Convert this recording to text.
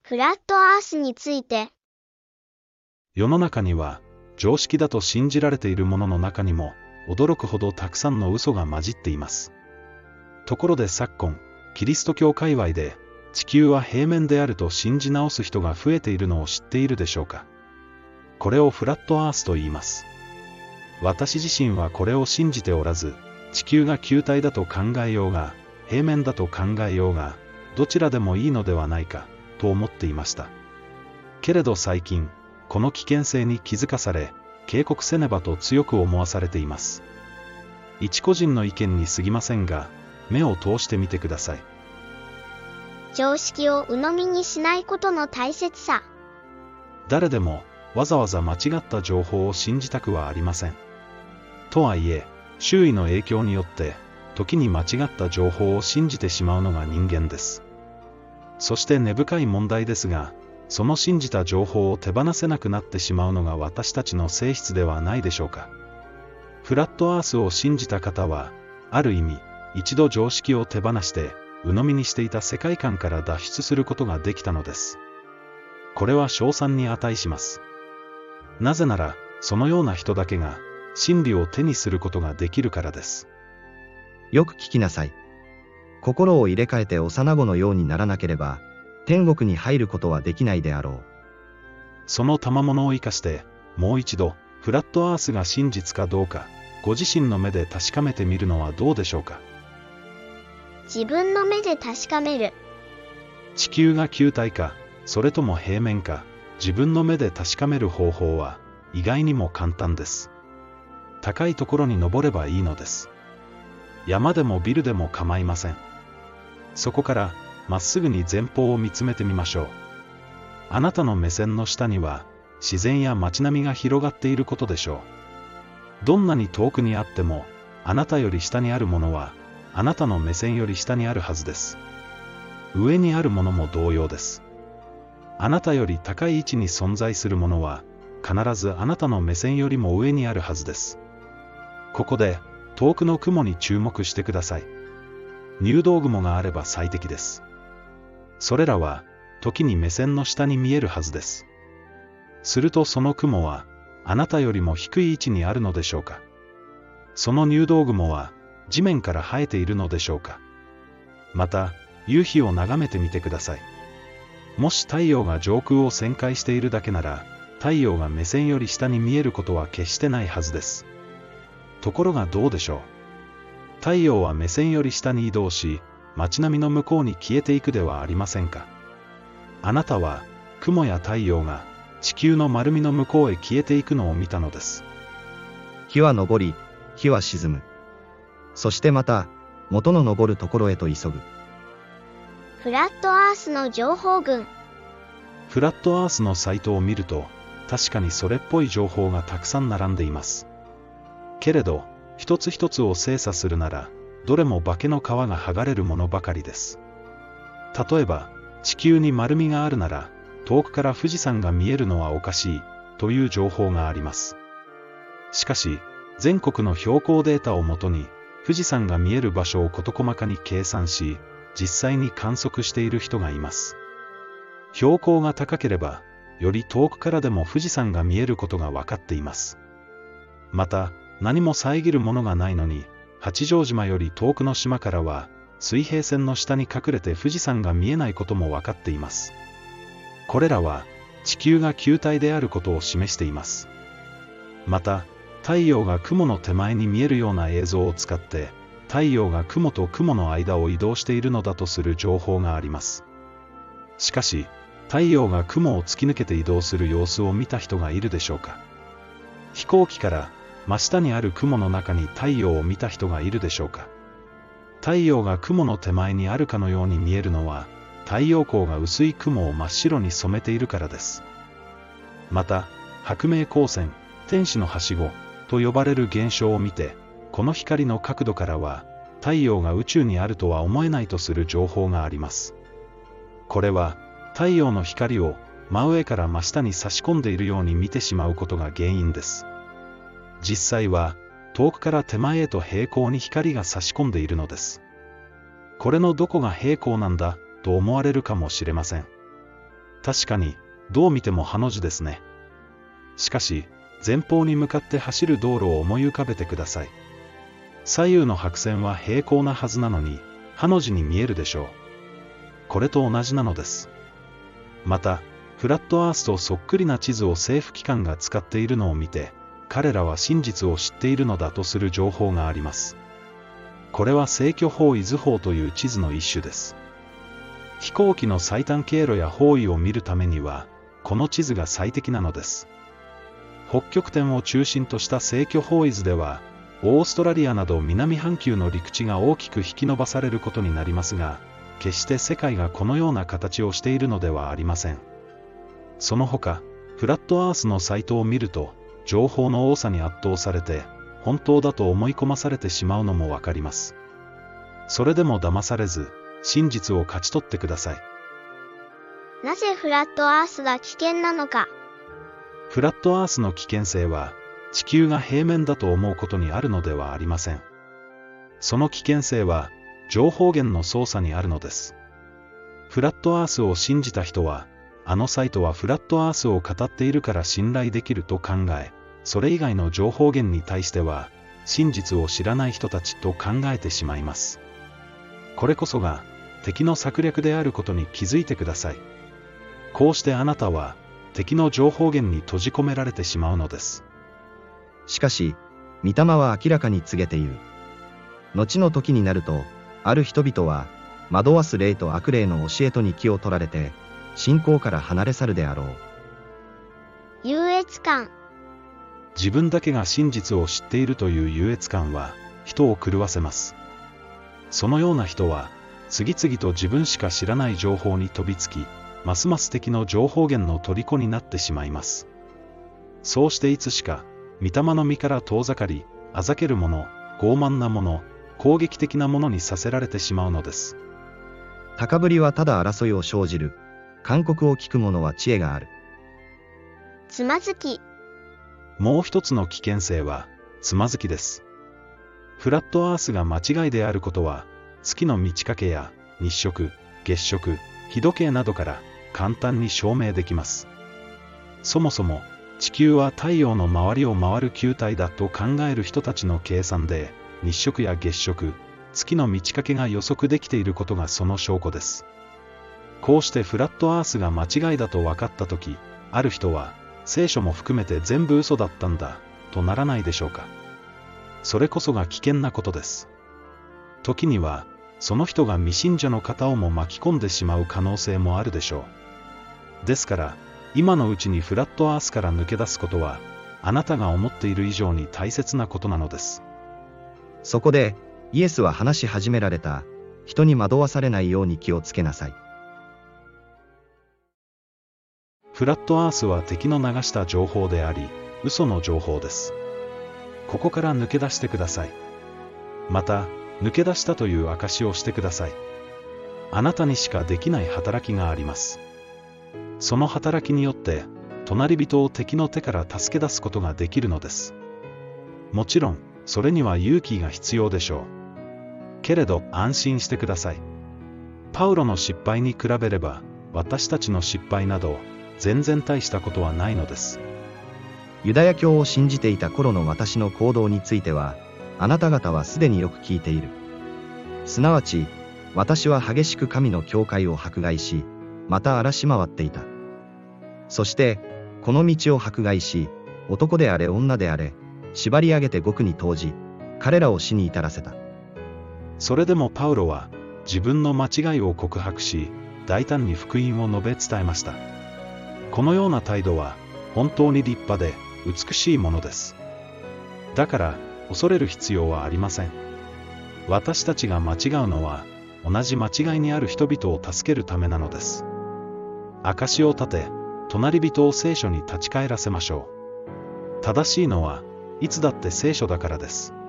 フラットアースについて。 世の中には常識だと信じられているものの中にも驚くほどたくさんの嘘が混じっています。ところで昨今、キリスト教界隈で地球は平面であると信じ直す人が増えているのを知っているでしょうか。これをフラットアースと言います。私自身はこれを信じておらず、地球が球体だと考えようが、平面だと考えようが、どちらでもいいのではないか、と思っていました。けれど最近、この危険性に気づかされ、警告せねばと強く思わされています。一個人の意見に過ぎませんが、目を通してみてください。 常識を鵜呑みにしないことの大切さ。 誰でも、わざわざ間違った情報を信じたくはありません。とはいえ、周囲の影響によって、時に間違った情報を信じてしまうのが人間です。そして根深い問題ですが、その信じた情報を手放せなくなってしまうのが私たちの性質ではないでしょうか。フラットアースを信じた方は、ある意味、一度常識を手放して、鵜呑みにしていた世界観から脱出することができたのです。これは称賛に値します。なぜなら、そのような人だけが、真理を手にすることができるからです。 よく聞きなさい。心を入れ替えて幼子のようにならなければ、天国に入ることはできないであろう。 その賜物を生かして、もう一度、フラットアースが真実かどうか、ご自身の目で確かめてみるのはどうでしょうか。 自分の目で確かめる。 地球が球体か、それとも平面か、自分の目で確かめる方法は、意外にも簡単です。高いところに登ればいいのです。山でもビルでも構いません。そこから、まっすぐに前方を見つめてみましょう。あなたの目線の下には、自然や街並みが広がっていることでしょう。どんなに遠くにあっても、あなたより下にあるものは、あなたの目線より下にあるはずです。上にあるものも同様です。あなたより高い位置に存在するものは、必ずあなたの目線よりも上にあるはずです。ここで、遠くの雲に注目してください。入道雲があれば最適です。それらは、時に目線の下に見えるはずです。するとその雲は、あなたよりも低い位置にあるのでしょうか。その入道雲は、地面から生えているのでしょうか。また、夕日を眺めてみてください。もし太陽が上空を旋回しているだけなら、太陽が目線より下に見えることは決してないはずです。ところがどうでしょう。太陽は目線より下に移動し、街並みの向こうに消えていくではありませんか。あなたは、雲や太陽が、地球の丸みの向こうへ消えていくのを見たのです。 日は昇り、日は沈む。そしてまた、元の昇るところへと急ぐ。 フラットアースの情報群。 フラットアースのサイトを見ると、確かにそれっぽい情報がたくさん並んでいます。けれど、一つ一つを精査するなら、どれも化けの皮が剥がれるものばかりです。例えば、地球に丸みがあるなら、遠くから富士山が見えるのはおかしい、という情報があります。しかし、全国の標高データをもとに、富士山が見える場所を事細かに計算し、実際に観測している人がいます。標高が高ければ、より遠くからでも富士山が見えることが分かっています。また、何も遮るものがないのに、八丈島より遠くの島からは、水平線の下に隠れて富士山が見えないことも分かっています。これらは、地球が球体であることを示しています。また、太陽が雲の手前に見えるような映像を使って、太陽が雲と雲の間を移動しているのだとする情報があります。しかし、太陽が雲を突き抜けて移動する様子を見た人がいるでしょうか。飛行機から真下にある雲の中に太陽を見た人がいるでしょうか。太陽が雲の手前にあるかのように見えるのは、太陽光が薄い雲を真っ白に染めているからです。また、白明光線、天使のはしごと呼ばれる現象を見て、この光の角度からは、太陽が宇宙にあるとは思えないとする情報があります。これは、太陽の光を真上から真下に差し込んでいるように見てしまうことが原因です。実際は、遠くから手前へと平行に光が差し込んでいるのです。これのどこが平行なんだと思われるかもしれません。 確かに、どう見てもハの字ですね。しかし、前方に向かって走る道路を思い浮かべてください。左右の白線は平行なはずなのに、ハの字に見えるでしょう。これと同じなのです。また、フラットアースとそっくりな地図を政府機関が使っているのを見て、彼らは真実を知っているのだとする情報があります。これは正距方位図法という地図の一種です。飛行機の最短経路や方位を見るためには、この地図が最適なのです。北極点を中心とした正距方位図では、オーストラリアなど南半球の陸地が大きく引き伸ばされることになりますが、決して世界がこのような形をしているのではありません。その他、フラットアースのサイトを見ると、情報の多さに圧倒されて、本当だと思い込まされてしまうのもわかります。それでも騙されず、真実を勝ち取ってください。 なぜフラットアースが危険なのか。 フラットアースの危険性は、地球が平面だと思うことにあるのではありません。その危険性は、情報源の操作にあるのです。フラットアースを信じた人は、あのサイトはフラットアースを語っているから信頼できると考え、それ以外の情報源に対しては、真実を知らない人たちと考えてしまいます。これこそが、敵の策略であることに気づいてください。こうしてあなたは、敵の情報源に閉じ込められてしまうのです。 しかし、御霊は明らかに告げている。後の時になると、ある人々は、惑わす霊と悪霊の教えとに気を取られて、信仰から離れ去るであろう。 優越感。 自分だけが真実を知っているという優越感は、人を狂わせます。そのような人は、次々と自分しか知らない情報に飛びつき、ますます敵の情報源の虜になってしまいます。そうしていつしか、御霊の身から遠ざかり、あざける者、傲慢な者、攻撃的な者にさせられてしまうのです。 高ぶりはただ争いを生じる。勧告を聞く者は知恵がある。 つまずき。 もう一つの危険性は、つまずきです。フラットアースが間違いであることは、月の満ち欠けや日食、月食、日時計などから簡単に証明できます。そもそも、地球は太陽の周りを回る球体だと考える人たちの計算で、日食や月食、月の満ち欠けが予測できていることがその証拠です。こうしてフラットアースが間違いだと分かったとき、ある人は、聖書も含めて全部嘘だったんだ、とならないでしょうか。それこそが危険なことです。時には、その人が未信者の方をも巻き込んでしまう可能性もあるでしょう。ですから、今のうちにフラットアースから抜け出すことは、あなたが思っている以上に大切なことなのです。 そこで、イエスは話し始められた。人に惑わされないように気をつけなさい。 フラットアースは敵の流した情報であり、嘘の情報です。ここから抜け出してください。また、抜け出したという証しをしてください。あなたにしかできない働きがあります。その働きによって、隣人を敵の手から助け出すことができるのです。もちろん、それには勇気が必要でしょう。けれど、安心してください。パウロの失敗に比べれば、私たちの失敗など、全然大したことはないのです。 ユダヤ教を信じていた頃の私の行動については、あなた方はすでによく聞いている。すなわち、私は激しく神の教会を迫害し、また荒らし回っていた。そして、この道を迫害し、男であれ女であれ、縛り上げて獄に投じ、彼らを死に至らせた。 それでもパウロは、自分の間違いを告白し、大胆に福音を述べ伝えました。このような態度は、本当に立派で、美しいものです。だから、恐れる必要はありません。私たちが間違うのは、同じ間違いにある人々を助けるためなのです。証を立て、隣人を聖書に立ち返らせましょう。正しいのは、いつだって聖書だからです。